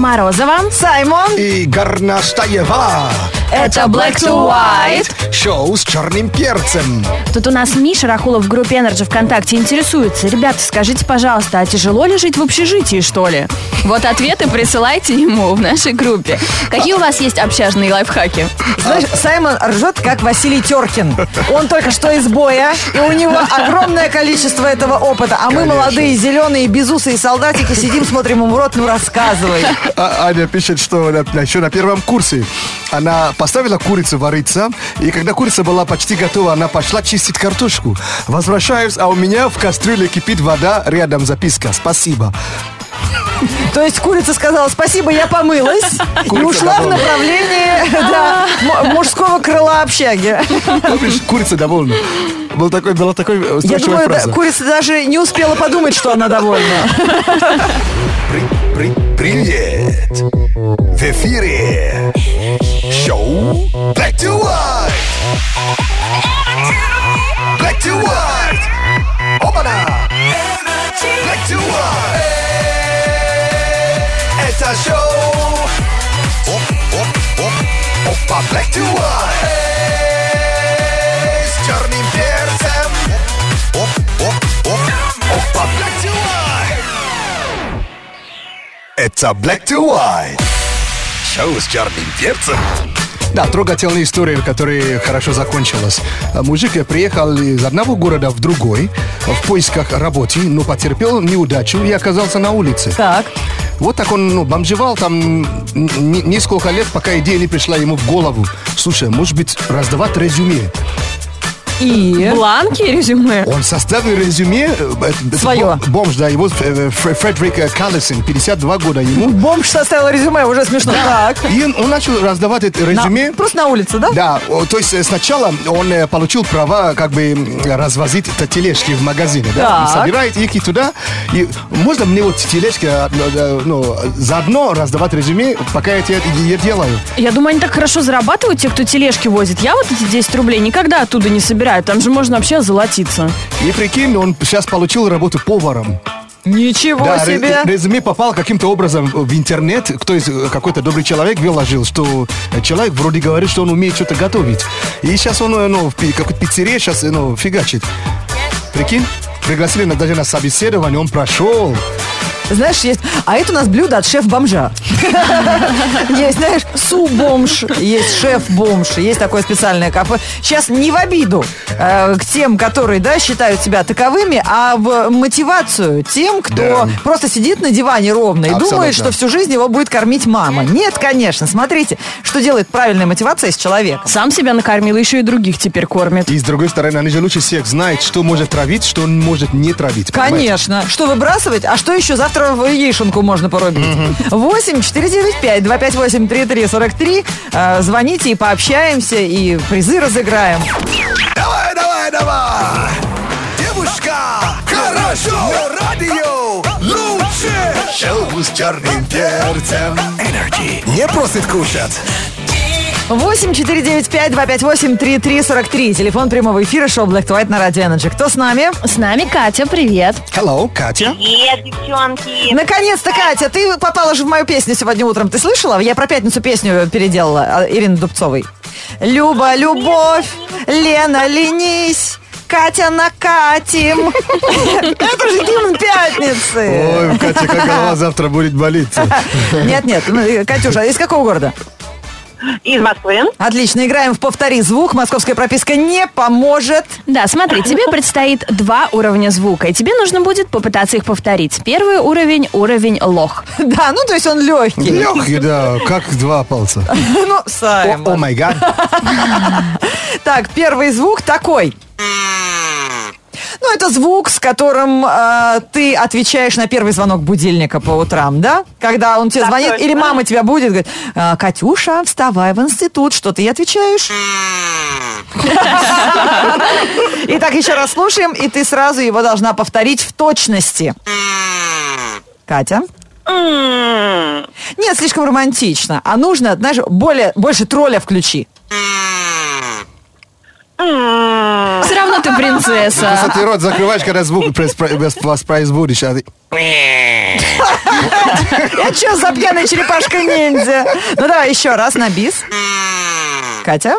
Морозова, Саймон и Горностаева. Это Black to White. Шоу с черным перцем. Тут у нас Миша Рахулов в группе Energy ВКонтакте интересуется. Ребята, скажите, пожалуйста, а тяжело ли жить в общежитии, что ли? Вот ответы присылайте ему в нашей группе. Какие у вас есть общажные лайфхаки? Знаешь, Саймон ржет, как Василий Теркин. Он только что из боя, и у него огромное количество этого опыта. А мы, молодые, зеленые, безусые солдатики, сидим, смотрим ему в рот, ну рассказывай. Аня пишет, что еще на первом курсе она поставила курицу вариться, и когда курица была почти готова, она пошла чистить картошку. Возвращаюсь, а у меня в кастрюле кипит вода, рядом записка «Спасибо». То есть курица сказала: спасибо, я помылась, и ушла в направлении мужского крыла общаги. Курица довольна. Была такой Я думаю, фраза. курица даже не успела подумать, что она довольна. Привет! В эфире шоу Black to White. Black to White. Опа-на! Black to White. Это шоу Опа, Black to White. С черным перцем. Опа, Black to White. Это Black to White. Шоу с черным перцем. Да, трогательная история, которая хорошо закончилась. Мужик приехал из одного города в другой в поисках работы, но потерпел неудачу и оказался на улице. Так. Вот так он бомжевал там несколько лет, пока идея не пришла ему в голову. Слушай, может быть, раздавать резюме? И? Бланки, резюме. Он составил резюме. Свое. Бомж, да, его Фредерик Каллисон, 52 года ему. Бомж составил резюме, уже смешно. Так. И он начал раздавать это резюме. Просто на улице, да? Да, то есть сначала он получил права как бы развозить тележки в магазине, да, и собирает их и туда. И можно мне вот тележки заодно раздавать резюме, пока я это делаю? Я думаю, они так хорошо зарабатывают, те, кто тележки возит. Я вот эти 10 рублей никогда оттуда не собираю. Там же можно вообще золотиться. И прикинь, он сейчас получил работу поваром. Ничего Да, себе! резюме попал каким-то образом в интернет. То есть какой-то добрый человек выложил, что человек вроде говорит, что он умеет что-то готовить. И сейчас он в какой-то пиццерии сейчас фигачит. Прикинь, пригласили даже на собеседование, он прошел. Знаешь, есть... А это у нас блюдо от шеф-бомжа. Есть, знаешь, су-бомж, есть шеф-бомж, есть такое специальное кафе. Сейчас не в обиду к тем, которые, да, считают себя таковыми, а в мотивацию тем, кто просто сидит на диване ровно и думает, что всю жизнь его будет кормить мама. Нет, конечно. Смотрите, что делает правильная мотивация с человеком. Сам себя накормил, еще и других теперь кормит. И с другой стороны, они же лучше всех знают, что может травить, что он может не травить. Конечно. Что выбрасывать, а что еще завтра в яишенку можно поробить. 8-495-258-3343. Звоните и пообщаемся, и призы разыграем. Давай, давай, давай! Девушка, хорошо, радио лучше! Шоу с черным перцем. Energy не просит кушать. 8-495-258-3343. Телефон прямого эфира, шоу Black to White на Радио Energy. Кто с нами? С нами Катя, привет. Hello, Катя. Привет, девчонки. Наконец-то, Катя, ты попала же в мою песню сегодня утром. Ты слышала? Я про пятницу песню переделала Ирины Дубцовой. Люба, любовь, Лена, ленись, Катя, накатим. Это же гимн пятницы. Ой, Катя, как голова завтра будет болеть. Нет, Катюша, а из какого города? Из Москвы. Отлично, играем в «Повтори звук». Московская прописка не поможет. Да, смотри, тебе предстоит 2 уровня звука, и тебе нужно будет попытаться их повторить. Первый уровень – уровень лох. Да, ну то есть он легкий. Легкий, да, как 2 пальца. Ну, Саймон. О май гад. Так, первый звук такой. Ну, это звук, с которым ты отвечаешь на первый звонок будильника по утрам, да? Когда он тебе звонит, точно. или мама тебя будет, говорит: Катюша, вставай в институт. Что ты ей отвечаешь? Итак, еще раз слушаем, и ты сразу его должна повторить в точности. Катя? Нет, слишком романтично. А нужно, знаешь, больше тролля включи. Все равно ты принцесса. Просто ты рот закрываешь, когда звук воспроизводишь. Я что за пьяная черепашка-ниндзя? Ну, давай еще раз на бис. Катя?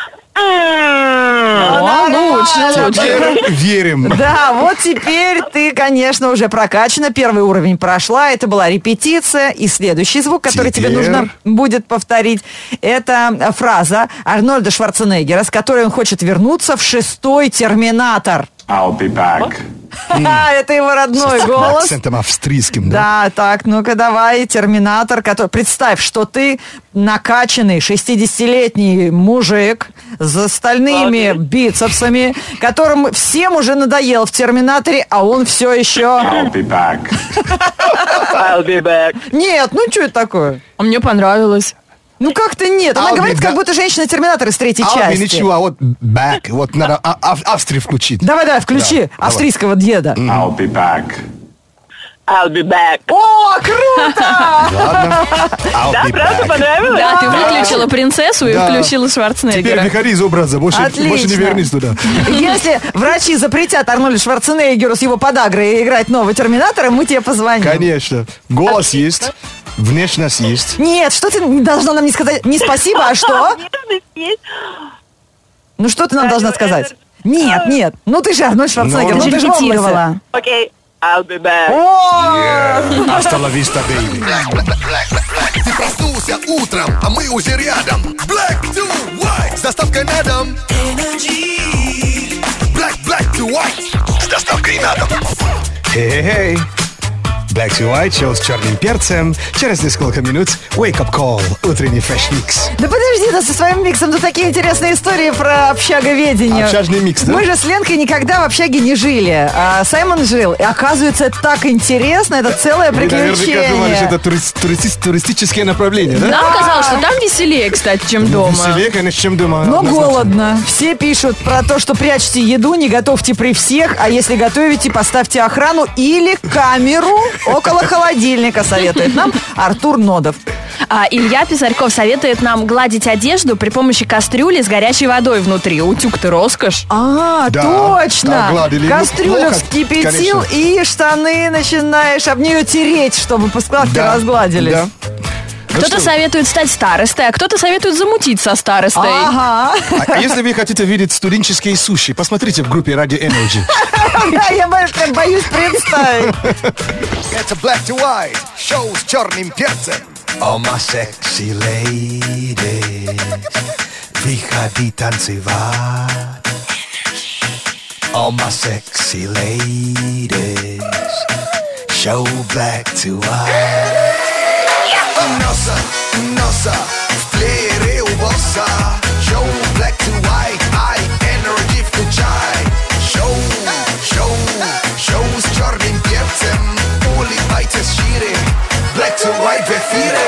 Лучше. Верим. Да, вот теперь ты, конечно, уже прокачана. Первый уровень прошла. Это была репетиция. И следующий звук, который тебе Теперь. нужно будет повторить, это фраза Арнольда Шварценеггера, с которой он хочет вернуться в 6-й «Терминатор». I'll be back. Это его родной С голос. акцентом австрийским, да? Да, так, ну-ка давай, терминатор, который... Представь, что ты накачанный 60-летний мужик с стальными бицепсами, которым всем уже надоел в терминаторе, а он все еще... I'll be back. I'll be back. Нет, ну что это такое? А мне понравилось. Ну как-то нет. Она I'll be говорит, как back. будто женщина-терминатор из третьей Алби, части. ничего, а вот back. Вот надо Австрию включить. Давай, включи Да, давай. австрийского деда. I'll be back. I'll be back. О, круто! Ладно. I'll Да, be правда back. понравилось? Да, ты выключила принцессу и Да. включила Теперь Шварценеггера. выходи из образа, больше не Отлично. вернись туда. Если врачи запретят Арнольду Шварценеггеру с его подагрой играть нового терминатора, мы тебе позвоним. Конечно. Голос есть, внешность есть. Нет, что ты должна нам не сказать? Не спасибо, а что? Нежность есть. Ну что ты нам должна это- сказать? Нет. Ну ты же Арнольд Шварценеггер, Ну, ну Ты ты же же в облаке. репетировала. Окей. I'll be back. Hasta la vista, baby. Ты проснулся утром, а мы уже рядом. Black to white с доставкой на дом. Black to white с доставкой на дом. Хей-хей-хей. Black to White, шоу с черным перцем. Через несколько минут Wake Up Call, утренний фреш микс. Да подожди, ты со своим миксом, тут такие интересные истории про общаговедение. Общажный микс, да? Мы же с Ленкой никогда в общаге не жили. А Саймон жил. И оказывается, это так интересно, это целое Вы наверняка думали, приключение. что это туристическое направление, да? Нам казалось, что там веселее, кстати, чем дома. Веселее, конечно, чем дома. Но однозначно. голодно. Все пишут про то, что прячьте еду, не готовьте при всех, а если готовите, поставьте охрану или камеру около холодильника, советует нам Артур Нодов. А Илья Писарьков советует нам гладить одежду при помощи кастрюли с горячей водой внутри. Утюг-то роскошь. А, Да, точно. так гладили. Ну, Кастрюлю плохо, вскипятил конечно. и штаны начинаешь об нее тереть, чтобы по складке Да, разгладились. да. Ну Кто-то что, советует стать старостой, а кто-то советует замутить со старостой. Ага. а если вы хотите видеть студенческие суши, посмотрите в группе Radio Energy. Да, я боюсь представить. Это Black to White, шоу с черным перцем. All my sexy ladies, выходи танцевать. All my sexy ladies, show Black to White. Носа, в плеере у босса. Шоу Black to White, ай, Energy включай. Шоу с черным перцем. Улыбайтесь шире, Black to White в эфире.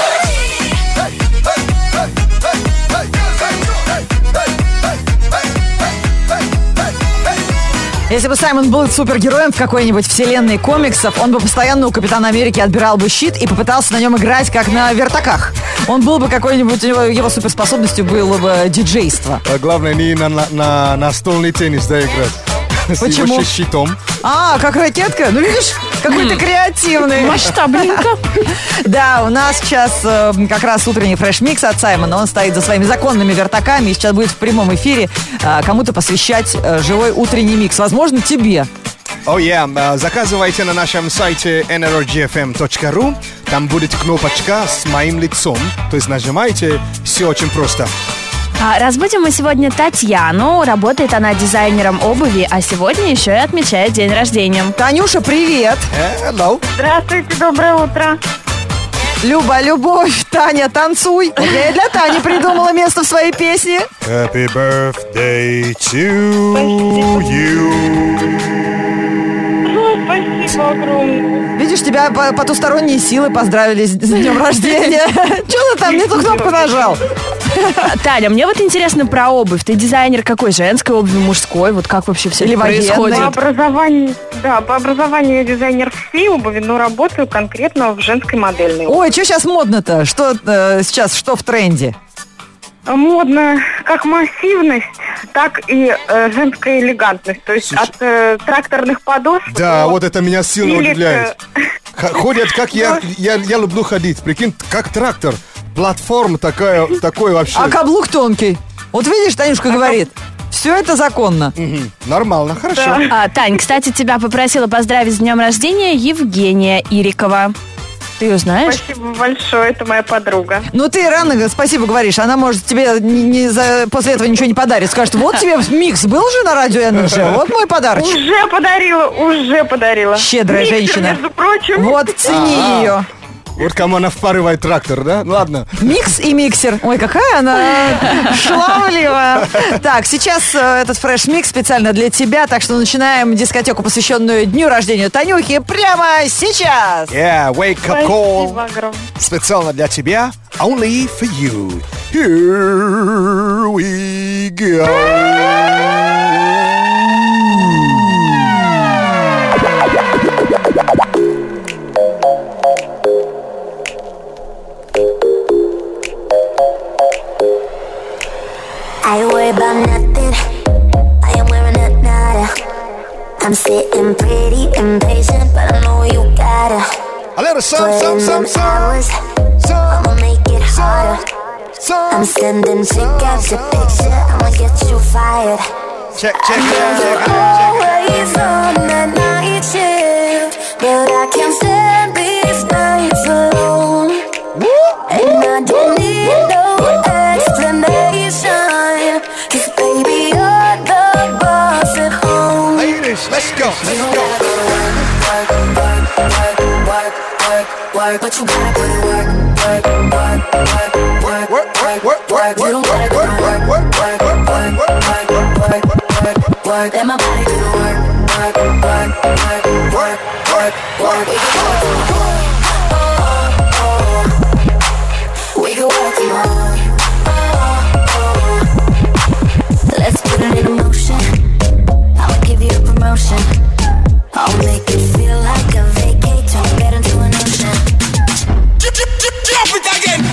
Если бы Саймон был супергероем в какой-нибудь вселенной комиксов, он бы постоянно у Капитана Америки отбирал бы щит и попытался на нем играть, как на вертаках. Он был бы какой-нибудь, его суперспособностью было бы диджейство. А главное, не на настольный теннис, да, играть. Почему? С его щитом. А, как ракетка? Ну, видишь, какой ты креативный. Масштабненько. Да, у нас сейчас как раз утренний фреш-микс от Саймона. Он стоит за своими законными вертаками и сейчас будет в прямом эфире кому-то посвящать живой утренний микс. Возможно, тебе. Заказывайте на нашем сайте energyfm.ru. Там будет кнопочка с моим лицом. То есть нажимаете, все очень просто. Разбудим мы сегодня Татьяну. Работает она дизайнером обуви, а сегодня еще и отмечает день рождения. Танюша, привет. Hello. Здравствуйте, доброе утро. Люба, любовь, Таня, танцуй. Вот я и для Тани придумала место в своей песне. Happy birthday to you. Спасибо огромное. Видишь, тебя потусторонние силы поздравили с днем рождения. Че ты там не ту кнопку нажал? Таня, мне вот интересно про обувь. Ты дизайнер какой? Женской обуви, мужской? Вот как вообще все Или это военной? происходит? По образованию я дизайнер всей обуви, но работаю конкретно в женской модельной обуви. Ой, что сейчас модно-то? Что сейчас, что в тренде? Модно как массивность, так и женская элегантность. То есть Слушай, от тракторных подошв Да, до вот это меня сильно стилек, удивляет. ходят, как я люблю ходить. Прикинь, как трактор. Платформа такой вообще. А каблук тонкий. Вот видишь, Танюшка говорит, все это законно. Нормально, хорошо. Тань, кстати, тебя попросила поздравить с днем рождения Евгения Ирикова. Ты ее знаешь? Спасибо большое, это моя подруга. Ну ты рано спасибо говоришь. Она, может, тебе после этого ничего не подарит. Скажет, вот тебе микс был же на радио НРЖ, вот мой подарочек. Уже подарила. Щедрая Миксер, женщина. между прочим. Вот, цени ее. Вот кому она впарывает трактор, да? Ну, ладно. Микс и миксер. Ой, какая она шаловливая. Так, сейчас этот фреш-микс специально для тебя, так что начинаем дискотеку, посвященную дню рождения Танюхи, прямо сейчас. Yeah, wake up call. Спасибо огромное. Специально для тебя. Only for you. Here we go. I worry about nothing. I am wearing a nada. I'm sitting pretty impatient, but I know you gotta A little some. hours. I'ma make it harder. I'm sending pick out your picture. I'ma get you fired. Check. Always on that night shift, but I can't stand these nights alone. And I don't need no explanation, 'cause baby you're the boss at home. Ladies, let's go. But you gotta put in work. You don't gotta go to work. Let my body do the work. We can work tomorrow. Let's put it in motion. I'll give you a promotion. I'll make it feel like a vacate. Turn your bed into an ocean. Drop it again.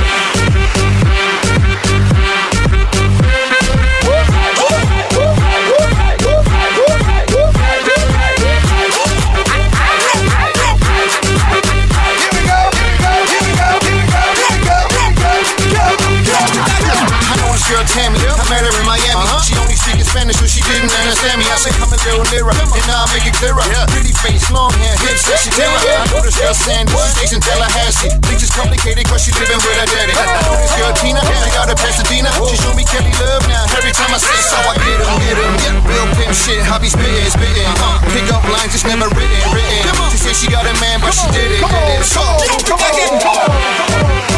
Girl Tammy, I met her in Miami. She only speaking Spanish, so she didn't understand me. I said, come a little nearer, and I'll make it clearer. Pretty face, long hair, hips, sexy terror. I know this girl Sandy, she stays in Tallahassee. Things is complicated, cause she living with her daddy. I know this girl Tina, she got a Pasadena. She show me Kelly love now. Every time I say so, I get him. Yeah, real pimp shit, I be spitting. Pick up lines, it's never written. She said she got a man, but she did it. So, come on.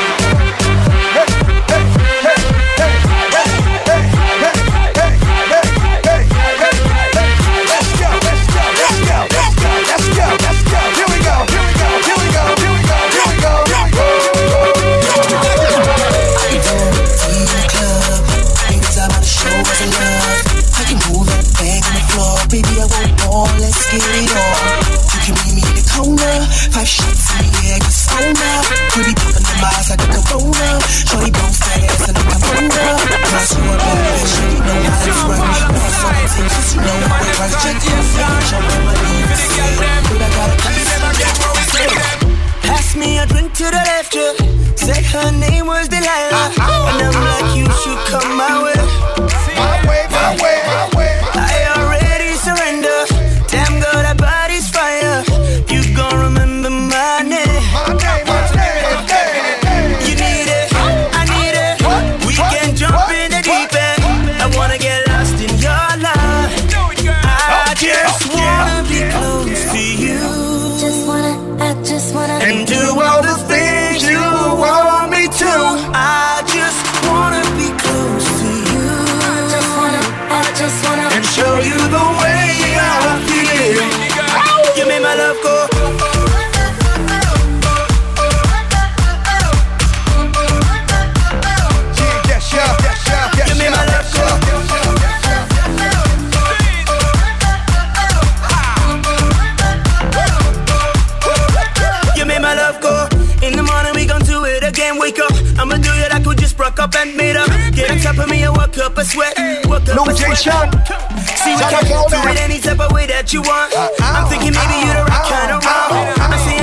Let's get it on. You can meet me in the corner. 5 shots in the air, get stoned. Pretty poppin' the miles like a corona. Shorty bounce that ass and I'm over. Cause you a bad bitch, you know how to run. No something, cause you know how to run. Check this out, show me my name. But I got a pass me a drink to the left, yeah. Said her name was Delilah. And I'm like, you should come my way. My way. I already surrender. Damn girl, that body's fire. You gon' remember my name. You need it, I need it. We can jump in the deep end. I wanna get lost in your life. I just wanna be close to you. I just wanna And do all the things you want me to. I just wanna be close to you. I just wanna And show you the way I feel. You made my love go. You made my love go. You made my love go. In the morning we gon' do it again. Wake up, I'ma do it. I could just broke up and made up. Get on top of me and work up a sweat. Work up a sweat. See, we can do it any type of way that you want. I'm thinking maybe you're the right kind of wrong. I see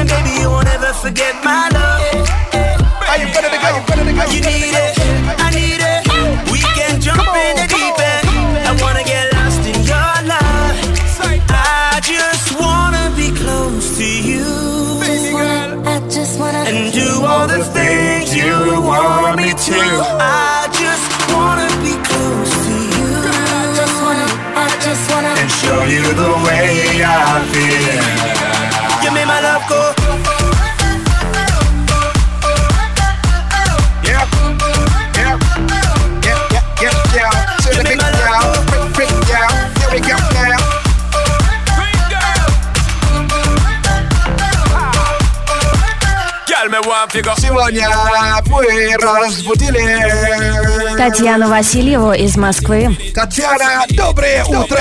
get my love. Are you better to go? You need it, I need it. We can jump in the deep end. I wanna get lost in your love. I just wanna be close to you. I just wanna And do all the things you want me to. I just wanna be close to you. I just wanna And show you the way I feel. You made my love go. Yeah. To the big down, bring down. Here we go now. Сегодня мы разбудили Татьяну Васильеву из Москвы. Татьяна, доброе утро.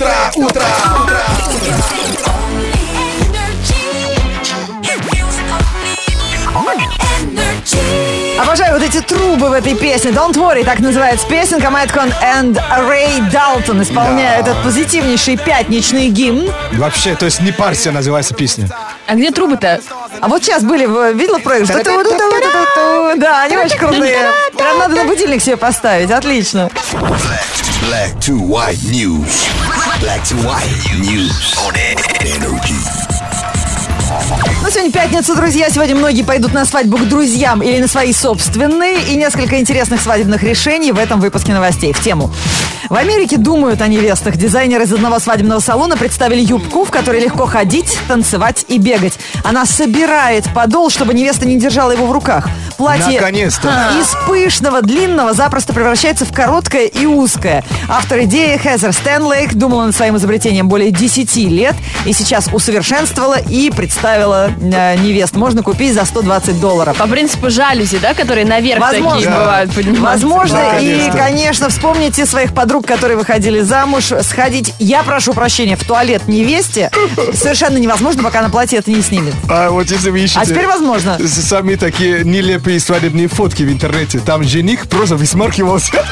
Обожаю вот эти трубы в этой песне. Don't worry, так называется песенка. Мэткон и Рэй Далтон исполняют этот позитивнейший пятничный гимн. Вообще, то есть не парься называется песня. А где трубы-то? А вот сейчас были, видела проект? Да, они очень крутые. Прям надо на будильник себе поставить. Отлично. Black to white news. Black to white news on Energy. Ну, сегодня пятница, друзья. Сегодня многие пойдут на свадьбу к друзьям или на свои собственные. И несколько интересных свадебных решений в этом выпуске новостей. В тему. В Америке думают о невестах. Дизайнер из одного свадебного салона представили юбку, в которой легко ходить, танцевать и бегать. Она собирает подол, чтобы невеста не держала его в руках. Платье Наконец-то. из пышного, длинного запросто превращается в короткое и узкое. Автор идеи Хезер Стэнлейк думала над своим изобретением более 10 лет и сейчас усовершенствовала и представила невест. Можно купить за $120. По принципу жалюзи, да, которые наверх Возможно. такие бывают подниматься. Возможно, и, Наконец-то. конечно, вспомните своих подруг, которые выходили замуж, сходить, я прошу прощения, в туалет невесте совершенно невозможно, пока на платье это не снимет. А вот если вы ищете... А теперь возможно. Сами такие нелепые свадебные фотки в интернете. Там жених просто высмаркивался.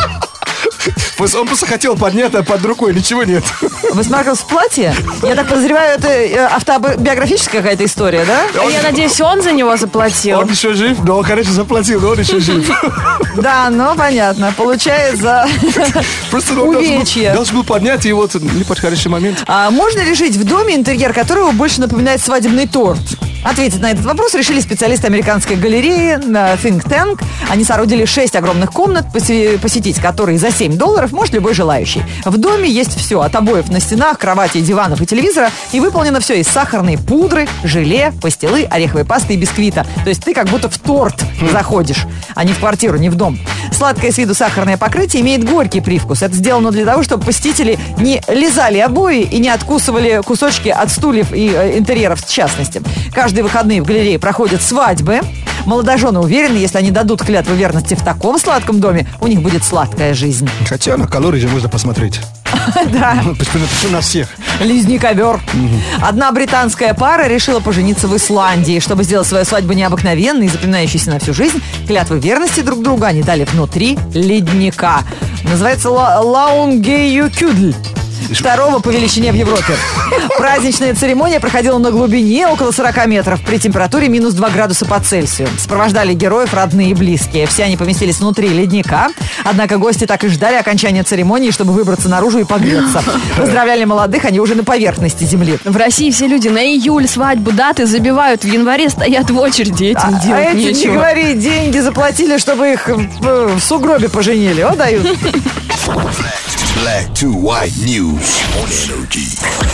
Он просто хотел поднять, а под рукой ничего нет. Высмаркался в платье? Я так подозреваю, это автобиографическая какая-то история, да? Я надеюсь, он за него заплатил. Он еще жив? Да, он, конечно, заплатил, но он еще жив. Да, ну понятно. Получает за Просто увечье. должен был поднять, и вот не под хороший момент. А можно ли жить в доме, интерьер которого больше напоминает свадебный торт? Ответить на этот вопрос решили специалисты американской галереи Think Tank. Они соорудили 6 огромных комнат, посетить которые за $7 может любой желающий. В доме есть все, от обоев на стенах, кровати, диванов и телевизора. И выполнено все из сахарной пудры, желе, пастилы, ореховой пасты и бисквита. То есть ты как будто в торт заходишь, а не в квартиру, не в дом. Сладкое с виду сахарное покрытие имеет горький привкус. Это сделано для того, чтобы посетители не лизали обои и не откусывали кусочки от стульев и интерьеров в частности. Каждые выходные в галерее проходят свадьбы. Молодожены уверены, если они дадут клятву верности в таком сладком доме, у них будет сладкая жизнь. Хотя на калории же можно посмотреть. Да. Почему на всех? Лизни ковер. Одна британская пара решила пожениться в Исландии. Чтобы сделать свою свадьбу необыкновенной и запоминающейся на всю жизнь, клятвы верности друг другу они дали внутри ледника. Называется Лаунгеюкюдль. Второго по величине в Европе. Праздничная церемония проходила на глубине около 40 метров при температуре минус 2 градуса по Цельсию. Сопровождали героев родные и близкие. Все они поместились внутри ледника. Однако гости так и ждали окончания церемонии, чтобы выбраться наружу и погреться. Поздравляли молодых, они уже на поверхности земли. В России все люди на июль свадьбу даты забивают, в январе стоят в очереди, этим А делать эти, не нечего. говори, деньги заплатили, чтобы их в сугробе поженили. О, дают. Black to white news on Energy.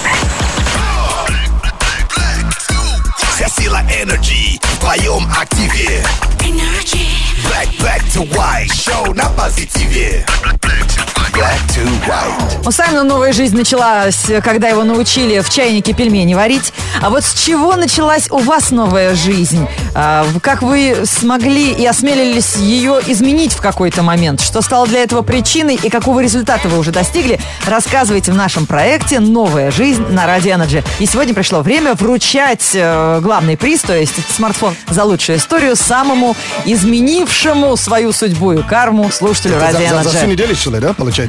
Вся сила Energy в твоем активе. Black to white. Шоу на позитиве. Black to white. У Саймона новая жизнь началась, когда его научили в чайнике пельмени варить. А вот с чего началась у вас новая жизнь? Как вы смогли и осмелились ее изменить в какой-то момент? Что стало для этого причиной и какого результата вы уже достигли? Рассказывайте в нашем проекте «Новая жизнь» на Радио Energy. И сегодня пришло время вручать главный приз, то есть смартфон за лучшую историю, самому изменившему свою судьбу и карму слушателю Радио За всю Energy. неделю, что ли, да, получается?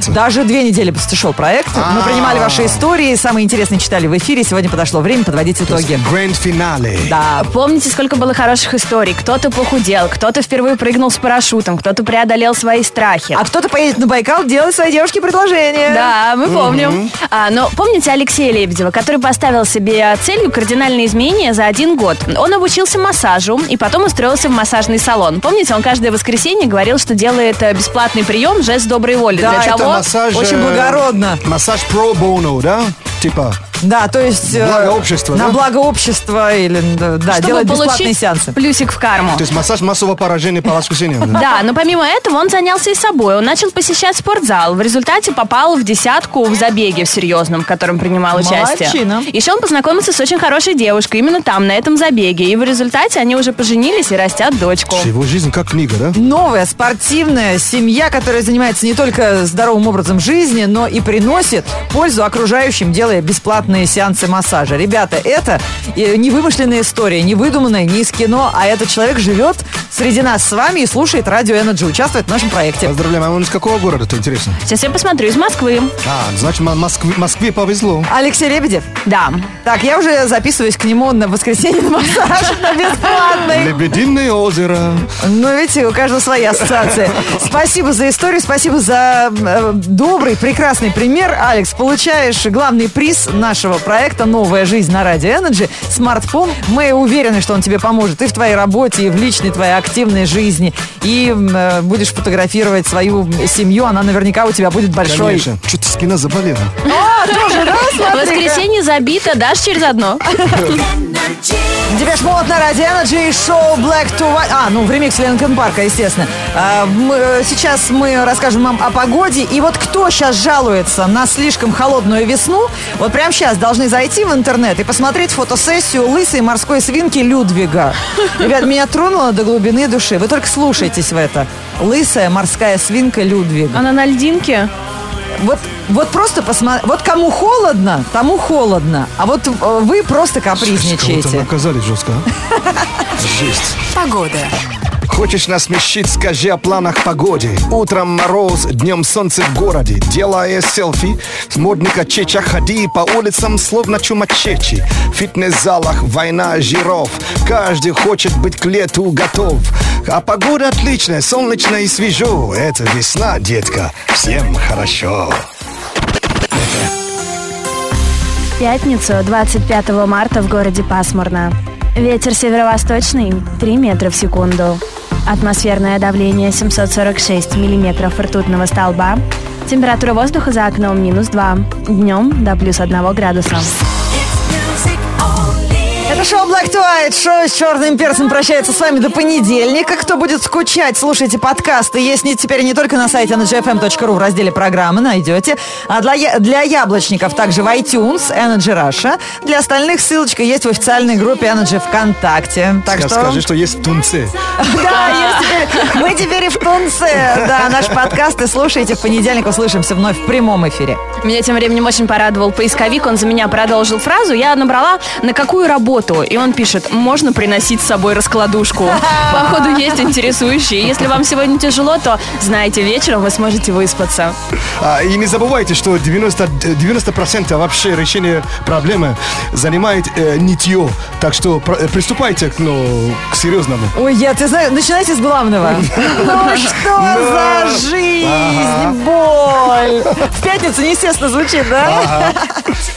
проекте? Даже 2 недели шел проект. Мы принимали ваши истории, самые интересные читали в эфире. Сегодня подошло время подводить итоги. Гранд-финале. Да. Помните, сколько было хороших историй? Кто-то похудел, кто-то впервые прыгнул с парашютом, кто-то преодолел свои страхи. А кто-то поедет на Байкал делать своей девушке предложение. Да, мы помним. Но помните Алексея Лебедева, который поставил себе целью кардинальные изменения за 1 год? Он обучился массажу и потом устроился в массажный салон. Помните, он каждое воскресенье говорил, что делает бесплатный прием, жест доброй воли. Да, для это того, массаж, очень благородно. Массаж pro bono, да? Типа. Да, то есть Благо общества, на да? благо общества или да, чтобы делать бесплатные получить сеансы. плюсик в карму. То есть массаж массового поражения по воскресеньям. Да, но помимо этого он занялся и собой. Он начал посещать спортзал. В результате попал в 10-ку в забеге в серьезном, в котором принимал участие. Молодчина. Еще он познакомился с очень хорошей девушкой именно там, на этом забеге. И в результате они уже поженились и растят дочку. Его жизнь как книга, да? Новая спортивная семья, которая занимается не только здоровым образом жизни, но и приносит пользу окружающим, делая бесплатные сеансы массажа. Ребята, это не вымышленная история, не выдуманная, не из кино, а этот человек живет среди нас с вами и слушает Радио Energy, участвует в нашем проекте. Поздравляем. А он из какого города, это интересно? Сейчас я посмотрю, из Москвы. Значит, Москве повезло. Алексей Лебедев? Да. Так, я уже записываюсь к нему на воскресенье на массаж бесплатный. Лебединое озеро. Ну, видите, у каждого своя ассоциация. Спасибо за историю, спасибо за добрый, прекрасный пример. Алекс, получаешь главный приз нашего проекта «Новая жизнь» на Радио Energy. Смартфон. Мы уверены, что он тебе поможет и в твоей работе, и в личной твоей активной жизни. И будешь фотографировать свою семью. Она наверняка у тебя будет большой. Конечно. Что-то спина заболела. Тоже, да? Воскресенье забито, дашь через одно. Депеш Мод на Радио Energy и шоу Black to White. В ремиксе Линкен Парка, естественно. Сейчас мы расскажем вам о погоде. И вот кто сейчас жалуется на слишком холодную весну, вот прямо сейчас должны зайти в интернет и посмотреть фотосессию лысой морской свинки Людвига. Ребят, меня тронуло до глубины души. Вы только слушайтесь в это. Лысая морская свинка Людвига. Она на льдинке? Вот просто посмотрите. Вот кому холодно, тому холодно. А вот вы просто капризничаете. Кого-то наказали жестко. Жесть. Погода. Хочешь нас смешить, скажи о планах погоды. Утром мороз, днем солнце в городе. Делая селфи, с модника чеча ходи по улицам, словно чумачечи. В фитнес-залах война жиров. Каждый хочет быть к лету готов. А погода отличная, солнечная и свежо. Это весна, детка, всем хорошо. В пятницу, 25 марта, в городе пасмурно. Ветер северо-восточный 3 метра в секунду. Атмосферное давление 746 миллиметров ртутного столба. Температура воздуха за окном -2. Днем до +1 градуса. Это шоу Black to White, шоу с черным перцем прощается с вами до понедельника. Кто будет скучать, слушайте подкасты. Есть теперь не только на сайте energyfm.ru в разделе программы, найдете. А для яблочников также в iTunes, Energy Russia. Для остальных ссылочка есть в официальной группе Energy ВКонтакте. Скажи, что есть в Тунце. Да, мы теперь и в Тунце. Да, наш подкаст и слушайте. В понедельник услышимся вновь в прямом эфире. Меня тем временем очень порадовал поисковик. Он за меня продолжил фразу. Я набрала «на какую работу?» И он пишет: можно приносить с собой раскладушку. Походу есть интересующие. Если вам сегодня тяжело, то знайте, вечером вы сможете выспаться. И не забывайте, что 90% вообще решения проблемы занимает нытье. Так что приступайте к серьезному. Ой, ты знаешь, начинайте с главного. Ну что за жизнь, боль. В пятницу неестественно звучит, да?